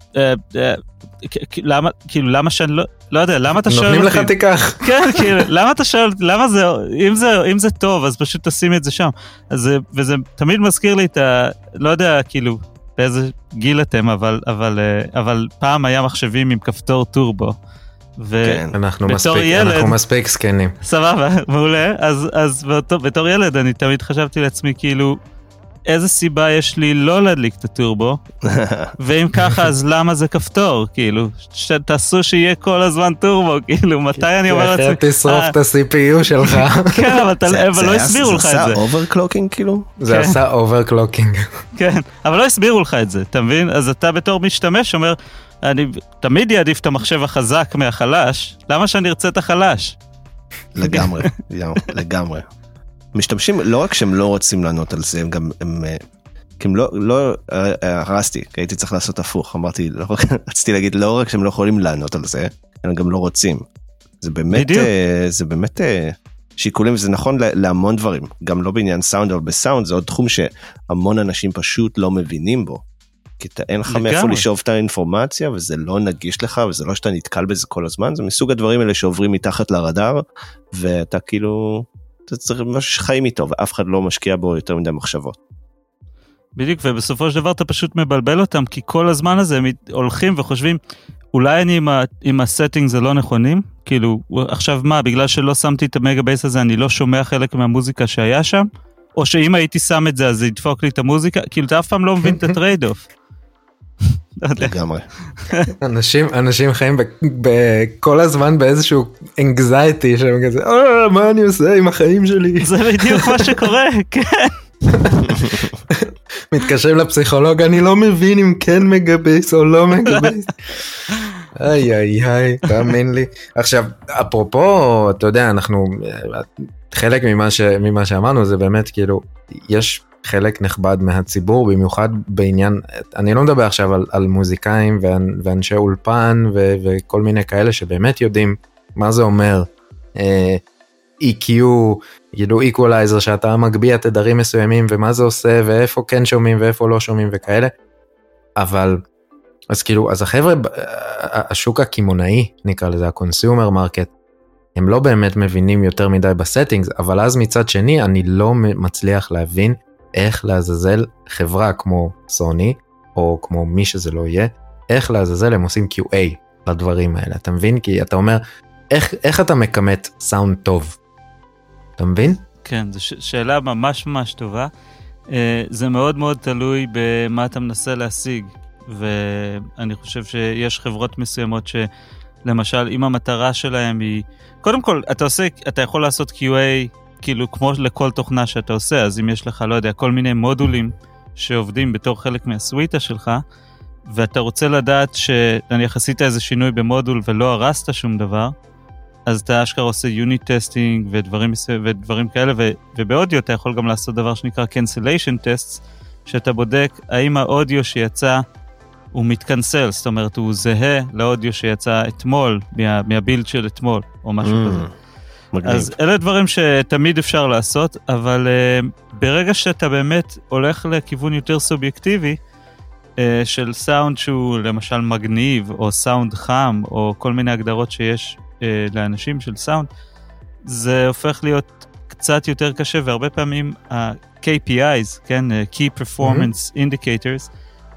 Speaker 4: למה שאני לא יודע, למה אתה שואל אותי?
Speaker 2: נותנים לך תיקח.
Speaker 4: כן, כאילו, למה אתה שואל, למה זה, אם זה טוב, אז פשוט תשים את זה שם. וזה תמיד מזכיר לי את לא יודע, כאילו, באיזה גיל אתם, אבל פעם היה מחשבים עם כפתור טורבו.
Speaker 1: כן.
Speaker 2: אנחנו מספיק סקנים.
Speaker 4: סבבה, מעולה. אז בתור ילד אני תמיד חשבתי לעצמי כאילו, איזה סיבה יש לי לא להדליק את הטורבו, ואם ככה אז למה זה כפתור, כאילו, תעשו שיהיה כל הזמן טורבו, כאילו, מתי אני אומר לעצמי,
Speaker 2: תשרוף את ה-CPU שלך.
Speaker 4: כן, אבל לא הסבירו לך את זה.
Speaker 1: זה עשה אוברקלוקינג כאילו?
Speaker 2: זה עשה אוברקלוקינג.
Speaker 4: כן, אבל לא הסבירו לך את זה, אתה מבין? אז אתה בתור משתמש אומר, אני תמיד יעדיף את המחשב החזק מהחלש, למה שאני ארצה את החלש?
Speaker 1: לגמרי, לגמרי. משתמשים, לא רק שהם לא רוצים לענות על זה, הם לא הרסתי, כי הייתי צריך לעשות הפוך, רציתי להגיד, לא רק שהם לא יכולים לענות על זה, הם גם לא רוצים. זה באמת שיקולים, וזה נכון להמון דברים, גם לא בעניין סאונד, אבל בסאונד זה עוד תחום שהמון אנשים פשוט לא מבינים בו, כי אין לך מאיפה לשאוב את האינפורמציה, וזה לא נגיש לך, וזה לא שאתה נתקל בזה כל הזמן, זה מסוג הדברים האלה שעוברים מתחת לרדאר, ואתה כאילו... אתה צריך משהו שחיים איתו, ואף אחד לא משקיע בו יותר מדי מחשבות.
Speaker 4: בדיוק, ובסופו של דבר אתה פשוט מבלבל אותם, כי כל הזמן הזה הם הולכים וחושבים, אולי אני עם הסטינג זה לא נכונים? כאילו, עכשיו מה, בגלל שלא שמתי את המגה בייס הזה, אני לא שומע חלק מהמוזיקה שהיה שם? או שאם הייתי שם את זה, אז זה ידפוק לי את המוזיקה? כאילו, אתה אף פעם לא מבין את הטרייד אוף.
Speaker 1: לגמרי.
Speaker 2: אנשים חיים כל הזמן באיזשהו anxiety שהם כזה, מה אני עושה עם החיים שלי?
Speaker 4: זה בדיוק מה שקורה, כן.
Speaker 2: מתקשרים לפסיכולוג, אני לא מבין אם כן מגבייס או לא מגבייס. איי, תאמין לי. עכשיו, אפרופו, אתה יודע, אנחנו, חלק ממה שאמרנו זה באמת כאילו, יש חלק נכבד מהציבור, במיוחד בעניין, אני לא מדבר עכשיו על מוזיקאים ואנשי אולפן וכל מיני כאלה שבאמת יודעים מה זה אומר, EQ, כאילו equalizer, שאתה מגביע תדרים מסוימים ומה זה עושה ואיפה כן שומעים ואיפה לא שומעים וכאלה, אבל אז כאילו, אז החבר'ה, השוק הכימונאי נקרא לזה, הקונסיומר מרקט, הם לא באמת מבינים יותר מדי בסטינגס, אבל אז מצד שני אני לא מצליח להבין איך לעזאזל חברה כמו סוני, או כמו מי שזה לא יהיה, איך לעזאזל הם עושים QA לדברים האלה, אתה מבין? כי אתה אומר, איך אתה מקמת סאונד טוב? אתה מבין?
Speaker 4: כן, זו שאלה ממש ממש טובה. זה מאוד מאוד תלוי במה אתה מנסה להשיג, ואני חושב שיש חברות מסוימות שלמשל, אם המטרה שלהם היא, קודם כל, אתה יכול לעשות QA, כאילו כמו לכל תוכנה שאתה עושה, אז אם יש לך, לא יודע, כל מיני מודולים שעובדים בתור חלק מהסוויטה שלך, ואתה רוצה לדעת שנניח עשית איזה שינוי במודול ולא הרסת שום דבר, אז אתה אשכרה עושה יוניט טסטינג ודברים כאלה, ובאודיו אתה יכול גם לעשות דבר שנקרא cancellation tests, שאתה בודק האם האודיו שיצא הוא מתקנסל, זאת אומרת הוא זהה לאודיו שיצא אתמול, מהבילד של אתמול, או משהו כזה. מגניב. אז אלה דברים שתמיד אפשר לעשות, אבל ברגע שאתה באמת הולך לכיוון יותר סובייקטיבי, של סאונד שהוא למשל מגניב, או סאונד חם, או כל מיני הגדרות שיש לאנשים של סאונד, זה הופך להיות קצת יותר קשה, והרבה פעמים ה-KPIs, כן, Key Performance Indicators,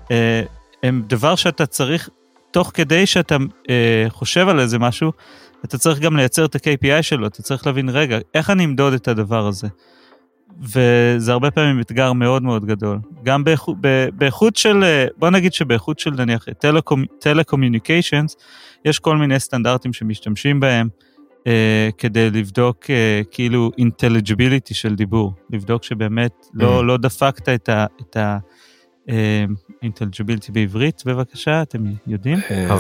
Speaker 4: הם דבר שאתה צריך, תוך כדי שאתה חושב על איזה משהו, אתה צריך גם לייצר את ה-KPI שלו, אתה צריך להבין, רגע, איך אני אמדוד את הדבר הזה? וזה הרבה פעמים אתגר מאוד מאוד גדול. גם באיכות של, בוא נגיד שבאיכות של נניח טלקומיוניקיישנס, יש כל מיני סטנדרטים שמשתמשים בהם, כדי לבדוק כאילו intelligibility של דיבור, לבדוק שבאמת לא דפקת את ה-intelligibility בעברית, בבקשה, אתם יודעים?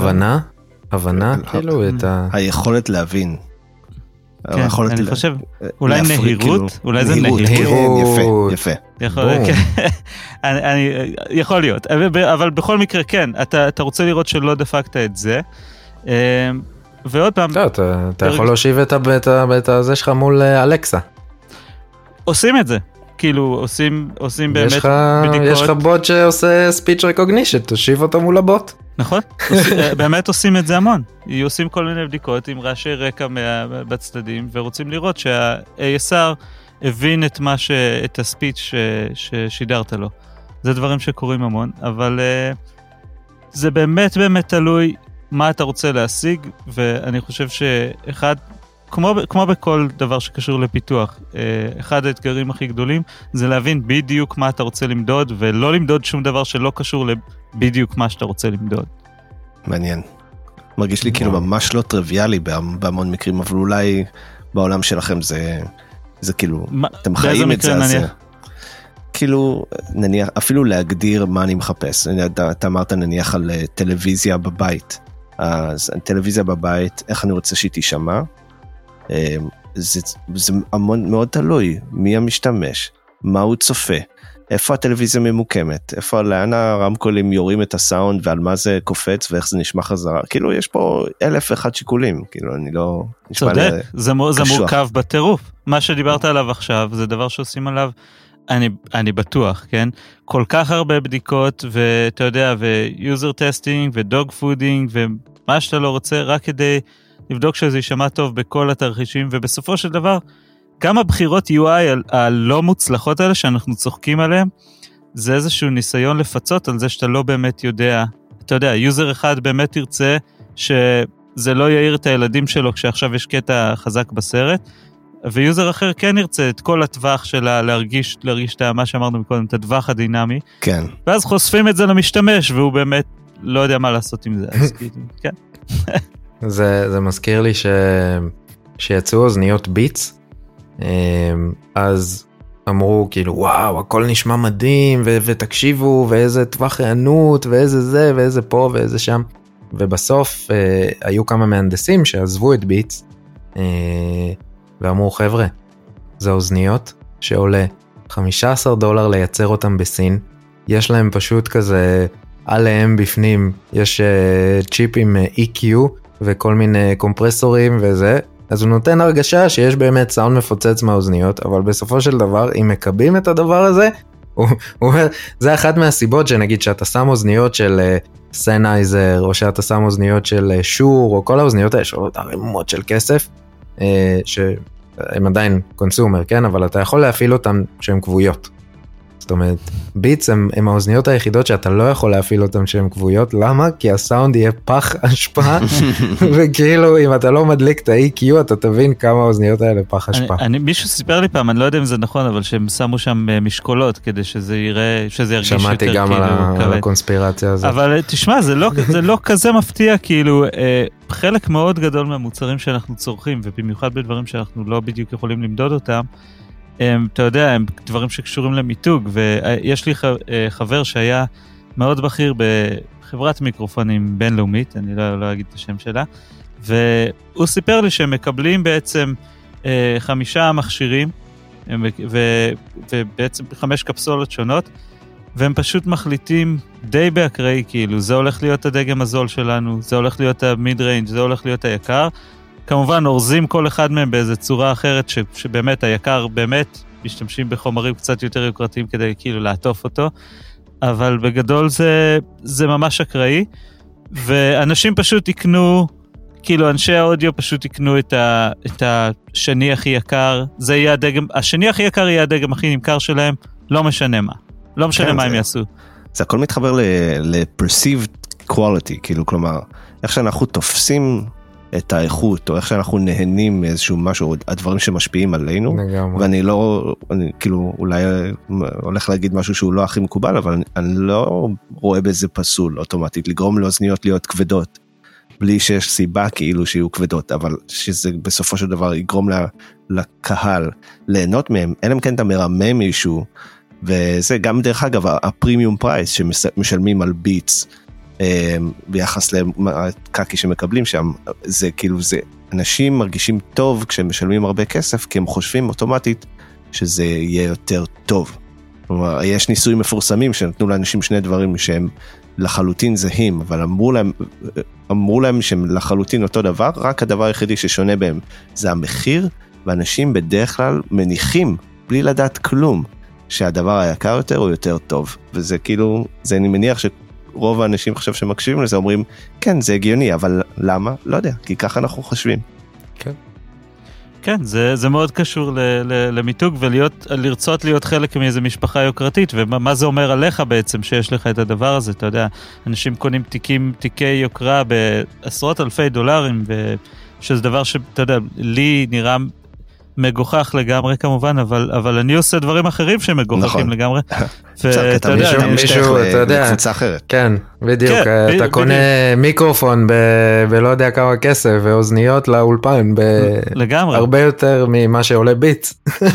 Speaker 2: הבנה, כאילו את ה...
Speaker 1: היכולת להבין.
Speaker 4: כן, אני חושב, אולי נהירות, אולי זה
Speaker 1: נהירות. יפה.
Speaker 4: יכול להיות, אבל בכל מקרה כן, אתה רוצה לראות שלא דפקת את זה, ועוד פעם...
Speaker 2: אתה יכול להושיב את זה שלך מול אלקסה.
Speaker 4: עושים את זה. כאילו עושים באמת בדיקות.
Speaker 2: יש לך בוט שעושה speech recognition, תושיב אותו מול הבוט. נכון,
Speaker 4: באמת עושים את זה המון. עושים כל מיני בדיקות עם רעשי רקע בצדדים, ורוצים לראות שה-ASR הבין את הספיץ' ששידרת לו. זה דברים שקורים המון, אבל זה באמת באמת תלוי מה אתה רוצה להשיג, ואני חושב שאחד, כמו בכל דבר שקשור לפיתוח, אחד האתגרים הכי גדולים זה להבין בדיוק מה אתה רוצה למדוד, ולא למדוד שום דבר שלא קשור לבדיוק מה שאתה רוצה למדוד.
Speaker 1: מעניין. מרגיש לי כאילו ממש לא טריוויאלי בהמון מקרים, אבל אולי בעולם שלכם זה כאילו, אתם חיים את זה, אז כאילו, נניח, אפילו להגדיר מה אני מחפש. אתה אמרת נניח על טלוויזיה בבית. אז טלוויזיה בבית, איך אני רוצה שהיא תשמע? זה מאוד תלוי. מי המשתמש? מה הוא צופה? איפה הטלוויזיה ממוקמת? לאן הרמקולים יורים את הסאונד, ועל מה זה קופץ, ואיך זה נשמע חזרה? כאילו, יש פה 1,001 שיקולים. כאילו, אני לא...
Speaker 4: צודק, זה מורכב בטירוף. מה שדיברת עליו עכשיו, זה דבר שעושים עליו, אני בטוח, כן? כל כך הרבה בדיקות, ואתה יודע, ויוזר טסטינג, ודוג פודינג, ומה שאתה לא רוצה, רק כדי לבדוק שזה יישמע טוב בכל התרחישים, ובסופו של דבר, גם הבחירות UI הלא מוצלחות האלה, שאנחנו צוחקים עליהן, זה איזשהו ניסיון לפצות על זה שאתה לא באמת יודע, אתה יודע, יוזר אחד באמת ירצה, שזה לא יעיר את הילדים שלו, כשעכשיו יש קטע חזק בסרט, ויוזר אחר כן ירצה את כל הטווח שלה, להרגיש את מה שאמרנו מקודם, את הטווח הדינמי.
Speaker 1: כן.
Speaker 4: ואז חושפים את זה למשתמש, והוא באמת לא יודע מה לעשות עם זה. אז כן.
Speaker 2: זה מזכיר לי שיצאו אוזניות ביטס, אז אמרו כאילו וואו, הכל נשמע מדהים, ותקשיבו, ואיזה טווח הענות, ואיזה זה, ואיזה פה, ואיזה שם. ובסוף היו כמה מהנדסים שעזבו את ביטס, ואמרו חבר'ה, זה אוזניות שעולה $15 לייצר אותם בסין, יש להם פשוט כזה, עליהם בפנים, יש צ'יפ עם EQ וכל מיני קומפרסורים וזה, אז הוא נותן הרגשה שיש באמת סאונד מפוצץ מהאוזניות, אבל בסופו של דבר, אם מקבים את הדבר הזה, הוא אומר, זה אחת מהסיבות שנגיד שאתה שם אוזניות של סנייזר, או שאתה שם אוזניות של שור, או כל האוזניות האלה שעולות ערימות של כסף, שהם עדיין קונסומר, כן? אבל אתה יכול להפעיל אותם שהן קבועיות. זאת אומרת, ביטס הם האוזניות היחידות שאתה לא יכול להפעיל אותם שהן קבועיות. למה? כי הסאונד יהיה פח אשפה, וכאילו אם אתה לא מדליק את ה-EQ, אתה תבין כמה האוזניות האלה פח אשפה.
Speaker 4: מישהו סיפר לי פעם, אני לא יודע אם זה נכון, אבל שהם שמו שם משקולות, כדי שזה יראה, שזה ירגיש יותר
Speaker 2: שמעתי גם על הקונספירציה הזאת.
Speaker 4: אבל תשמע, זה לא כזה מפתיע, כאילו, חלק מאוד גדול מהמוצרים שאנחנו צורכים, ובמיוחד בדברים שאנחנו לא בדיוק יכולים למדוד אותם, אתה יודע, הם דברים שקשורים למיתוג, ויש לי חבר שהיה מאוד בכיר בחברת מיקרופונים בינלאומית, אני לא אגיד את השם שלה, והוא סיפר לי שהם מקבלים בעצם 5 מכשירים, ובעצם 5 קפסולות שונות, והם פשוט מחליטים די באקראי, כאילו, זה הולך להיות הדגם הזול שלנו, זה הולך להיות המיד ריינג', זה הולך להיות היקר, כמובן אורזים כל אחד מהם באיזו צורה אחרת, שבאמת היקר באמת משתמשים בחומרים קצת יותר יוקרתיים כדי כאילו לעטוף אותו, אבל בגדול זה ממש אקראי, ואנשים פשוט יקנו, כאילו אנשי האודיו פשוט יקנו את השני הכי יקר, זה יהיה הדגם, השני הכי יקר יהיה הדגם הכי נמכר שלהם, לא משנה מה, לא משנה מה הם יעשו. זה
Speaker 1: הכל מתחבר ל-perceived quality, כאילו כלומר, איך שאנחנו תופסים את האיכות, או איך שאנחנו נהנים מאיזשהו משהו, הדברים שמשפיעים עלינו, ואני לא, אני כאילו אולי הולך להגיד משהו שהוא לא הכי מקובל, אבל אני לא רואה בזה פסול אוטומטית, לגרום לאוזניות להיות כבדות, בלי שיש סיבה כאילו שיהיו כבדות, אבל שזה בסופו של דבר יגרום לקהל ליהנות מהם, אלא אם כן אתה מרמה מישהו, וזה גם דרך אגב, הפרימיום פרייס שמשלמים על ביטס, ביחס לקקי שמקבלים שם, זה כאילו, זה, אנשים מרגישים טוב כשהם משלמים הרבה כסף, כי הם חושבים אוטומטית שזה יהיה יותר טוב. כלומר, יש ניסויים מפורסמים שנתנו לאנשים שני דברים שהם לחלוטין זהים, אבל אמרו להם שהם לחלוטין אותו דבר, רק הדבר היחידי ששונה בהם זה המחיר, ואנשים בדרך כלל מניחים, בלי לדעת כלום, שהדבר היקר יותר הוא יותר טוב. וזה כאילו, זה אני מניח רוב האנשים עכשיו שמקשיבים לזה אומרים, כן, זה הגיוני, אבל למה? לא יודע, כי ככה אנחנו חושבים.
Speaker 2: כן.
Speaker 4: כן, זה מאוד קשור למיתוג ולרצות להיות חלק מאיזו משפחה יוקרתית, ומה זה אומר עליך בעצם שיש לך את הדבר הזה, אתה יודע, אנשים קונים תיקי יוקרה בעשרות אלפי דולרים, שזה דבר שאתה יודע, לי נראה מגוחך לגמרי כמובן, אבל אני עושה דברים אחרים שמגוחכים לגמרי.
Speaker 1: אתה יודע, מישהו, אתה יודע, קבוצה אחרת.
Speaker 2: כן, בדיוק, אתה קונה מיקרופון בלא יודע כמה כסף, ואוזניות לאולפן, הרבה יותר ממה שעולה ביט.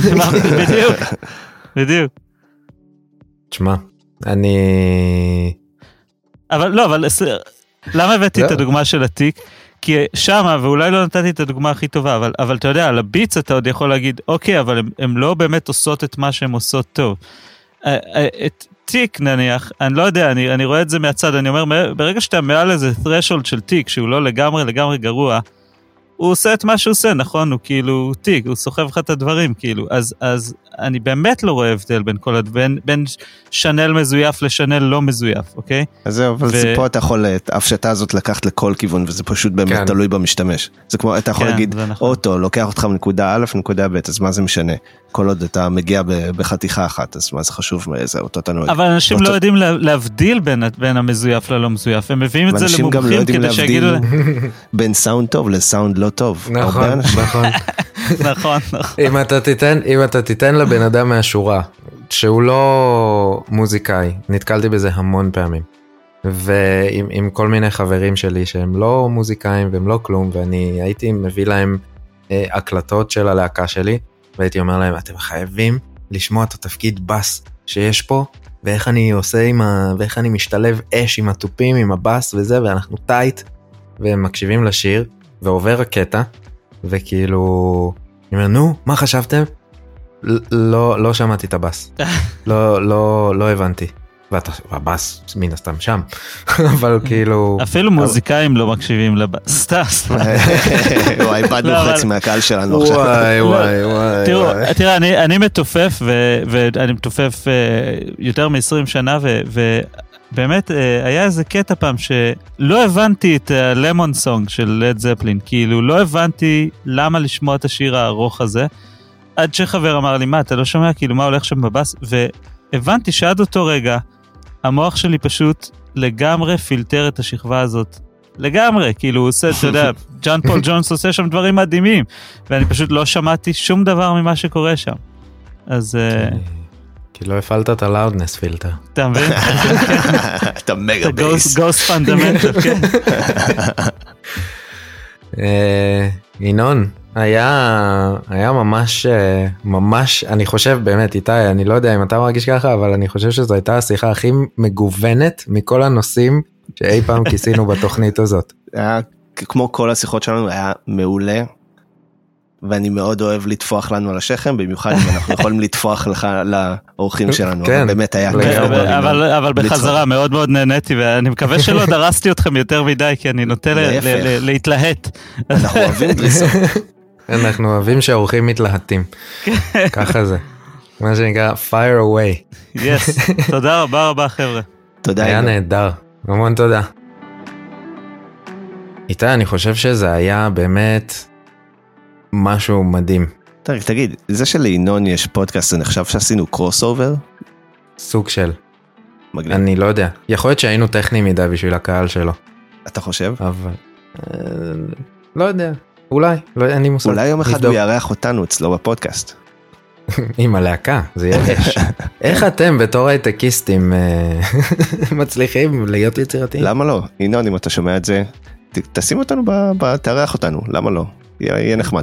Speaker 4: בדיוק.
Speaker 2: תשמע, אני...
Speaker 4: אבל לא, למה הבאתי את הדוגמה של התיק? כי שמה, ואולי לא נתתי את הדוגמה הכי טובה, אבל אתה יודע, על הביץ אתה עוד יכול להגיד, אוקיי, אבל הם לא באמת עושות את מה שהן עושות טוב. את תיק נניח, אני לא יודע, אני רואה את זה מהצד, אני אומר, ברגע שאתה מעל איזה threshold של תיק, שהוא לא לגמרי גרוע, הוא עושה את מה שהוא עושה, נכון? הוא כאילו תיק, הוא סוחב לך את הדברים, כאילו. אז אני באמת לא רואה הבדל בין שנל מזויף לשנל לא מזויף, אוקיי?
Speaker 1: אז זהו, אבל פה אתה יכול את ההפשטה הזאת לקחת לכל כיוון, וזה פשוט באמת תלוי במשתמש. זה כמו, אתה יכול להגיד, אוטו, לוקח אותך מנקודה א' לנקודה ב', אז מה זה משנה? כל עוד אתה מגיע בחתיכה אחת, אז מה זה חשוב מאיזה אוטו אתה נוהג?
Speaker 4: אבל אנשים לא יודעים להבדיל בין המזויף ללא מזויף, הם מביאים את זה למומחים כדי שיגידו...
Speaker 1: בין סאונד טוב לסאונד לא טוב.
Speaker 2: נכון.
Speaker 4: נכון.
Speaker 2: אם אתה תיתן לבן אדם מהשורה, שהוא לא מוזיקאי, נתקלתי בזה המון פעמים, ועם כל מיני חברים שלי שהם לא מוזיקאים והם לא כלום, ואני הייתי מביא להם הקלטות של הלהקה שלי, והייתי אומר להם, אתם חייבים לשמוע את התפקיד בס שיש פה, ואיך אני עושה ואיך אני משתלב אש עם הטופים, עם הבס וזה, ואנחנו טייט, והם מקשיבים לשיר, ועובר הקטע, וכאילו, אני אומר, נו, מה חשבתם? לא שמעתי את הבס. לא הבנתי. והבס מן הסתם שם. אבל כאילו...
Speaker 4: אפילו מוזיקאים לא מקשיבים לבס.
Speaker 1: וואי, איבדנו חצי מהקהל שלנו עכשיו.
Speaker 2: וואי.
Speaker 4: תראה, אני מתופף, ואני מתופף יותר מ-20 שנה, באמת, היה איזה קטע פעם שלא הבנתי את הלמון סונג של לד זפלין, כאילו לא הבנתי למה לשמוע את השיר הארוך הזה, עד שחבר אמר לי, מה, אתה לא שומע, כאילו מה הולך שם בבס, והבנתי שעד אותו רגע, המוח שלי פשוט לגמרי פילטר את השכבה הזאת, לגמרי, כאילו הוא עושה, אתה יודע, ג'אן פול ג'ונס עושה שם דברים מדהימים, ואני פשוט לא שמעתי שום דבר ממה שקורה שם, אז...
Speaker 2: כי לא הפעלת את ה-loudness filter.
Speaker 4: אתה מבין?
Speaker 1: אתה מגה בייס.
Speaker 4: גוסט פונדמנטל, כן.
Speaker 2: ינון, היה ממש, אני חושב באמת, איתי, אני לא יודע אם אתה מרגיש ככה, אבל אני חושב שזו הייתה השיחה הכי מגוונת מכל הנושאים שאי פעם כיסינו בתוכנית הזאת.
Speaker 1: היה, כמו כל השיחות שלנו, היה מעולה. ואני מאוד אוהב לטפוח לנו על השכם, במיוחד אם אנחנו יכולים לטפוח לך לאורחים שלנו,
Speaker 2: כן,
Speaker 1: באמת היה
Speaker 4: אבל בחזרה מאוד מאוד נהניתי, ואני מקווה שלא דרסתי אתכם יותר מדי, כי אני נוטה להתלהט.
Speaker 1: אנחנו אוהבים דריסות.
Speaker 2: אנחנו אוהבים שהאורחים מתלהטים, ככה זה, מה שנקרא fire away.
Speaker 4: יס, תודה רבה חבר'ה.
Speaker 1: תודה.
Speaker 2: היה נהדר, המון תודה. איתי, אני חושב שזה היה באמת... משהו מדהים.
Speaker 1: תגיד, זה שלעינון יש פודקאסט, זה נחשב שעשינו קרוס אובר?
Speaker 2: סוג של.
Speaker 1: מגניב.
Speaker 2: אני לא יודע. יכול להיות שהיינו טכניים מדי בשביל הקהל שלו.
Speaker 1: אתה חושב?
Speaker 2: אבל... לא יודע. אולי. לא, אין לי מושג.
Speaker 1: אולי יום אחד הוא יארח אותנו אצלו בפודקאסט.
Speaker 2: עם הלהקה. זה יהיה אש. איך אתם בתור הייטקיסטים מצליחים להיות יצירתיים?
Speaker 1: למה לא? עינון, אם אתה שומע את זה, תשים אותנו, תארח אותנו. למה לא? יהיה נחמד.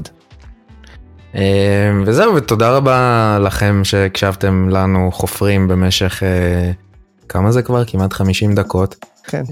Speaker 2: וזהו, ותודה רבה לכם שהקשבתם לנו חופרים במשך, כמה זה כבר? כמעט 50 דקות.
Speaker 1: כן.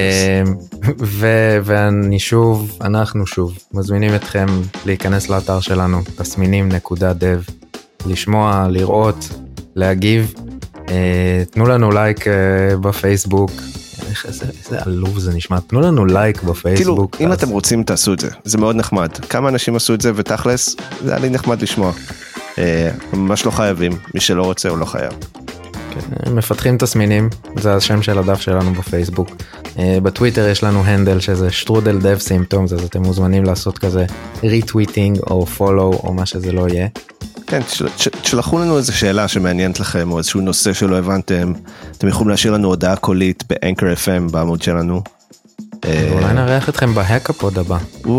Speaker 2: אנחנו שוב מזמינים אתכם להיכנס לאתר שלנו, תסמינים.dev, לשמוע, לראות, להגיב, תנו לנו לייק בפייסבוק, איזה עלוב זה נשמע, תנו לנו לייק בפייסבוק.
Speaker 1: כאילו, אם אתם רוצים תעשו את זה, זה מאוד נחמד. כמה אנשים עשו את זה ותכלס, זה היה לי נחמד לשמוע. ממש לא חייבים, מי שלא רוצה הוא לא חייב.
Speaker 2: מפתחים תסמינים, זה השם של הדף שלנו בפייסבוק. בטוויטר יש לנו הנדל שזה שטרודל דב סימפטומס, אז אתם מוזמנים לעשות כזה ריטוויטינג או פולו או מה שזה לא יהיה.
Speaker 1: כן, תשלחו לנו איזו שאלה שמעניינת לכם, או איזשהו נושא שלא הבנתם, אתם יכולים להשאיר לנו הודעה קולית באנקר FM בעמוד שלנו.
Speaker 2: אולי נארח אתכם בהקאפוד הבא.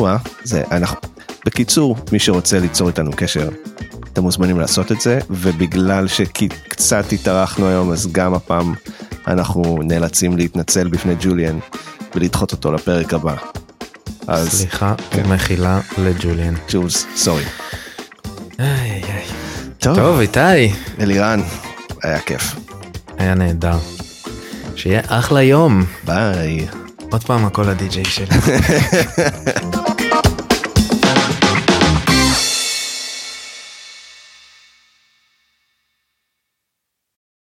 Speaker 1: בקיצור, מי שרוצה ליצור איתנו קשר, אתם מוזמנים לעשות את זה, ובגלל שקצת התארחנו היום, אז גם הפעם אנחנו נאלצים להתנצל בפני ג'וליאן, ולדחות אותו לפרק הבא.
Speaker 2: סליחה ומחילה לג'וליאן.
Speaker 1: ג'ולס, סורי.
Speaker 2: טוב, איתי.
Speaker 1: אלירן, היה כיף.
Speaker 2: היה נהדר. שיהיה אחלה יום.
Speaker 1: ביי.
Speaker 2: עוד פעם הכל הדי-ג'יי שלי.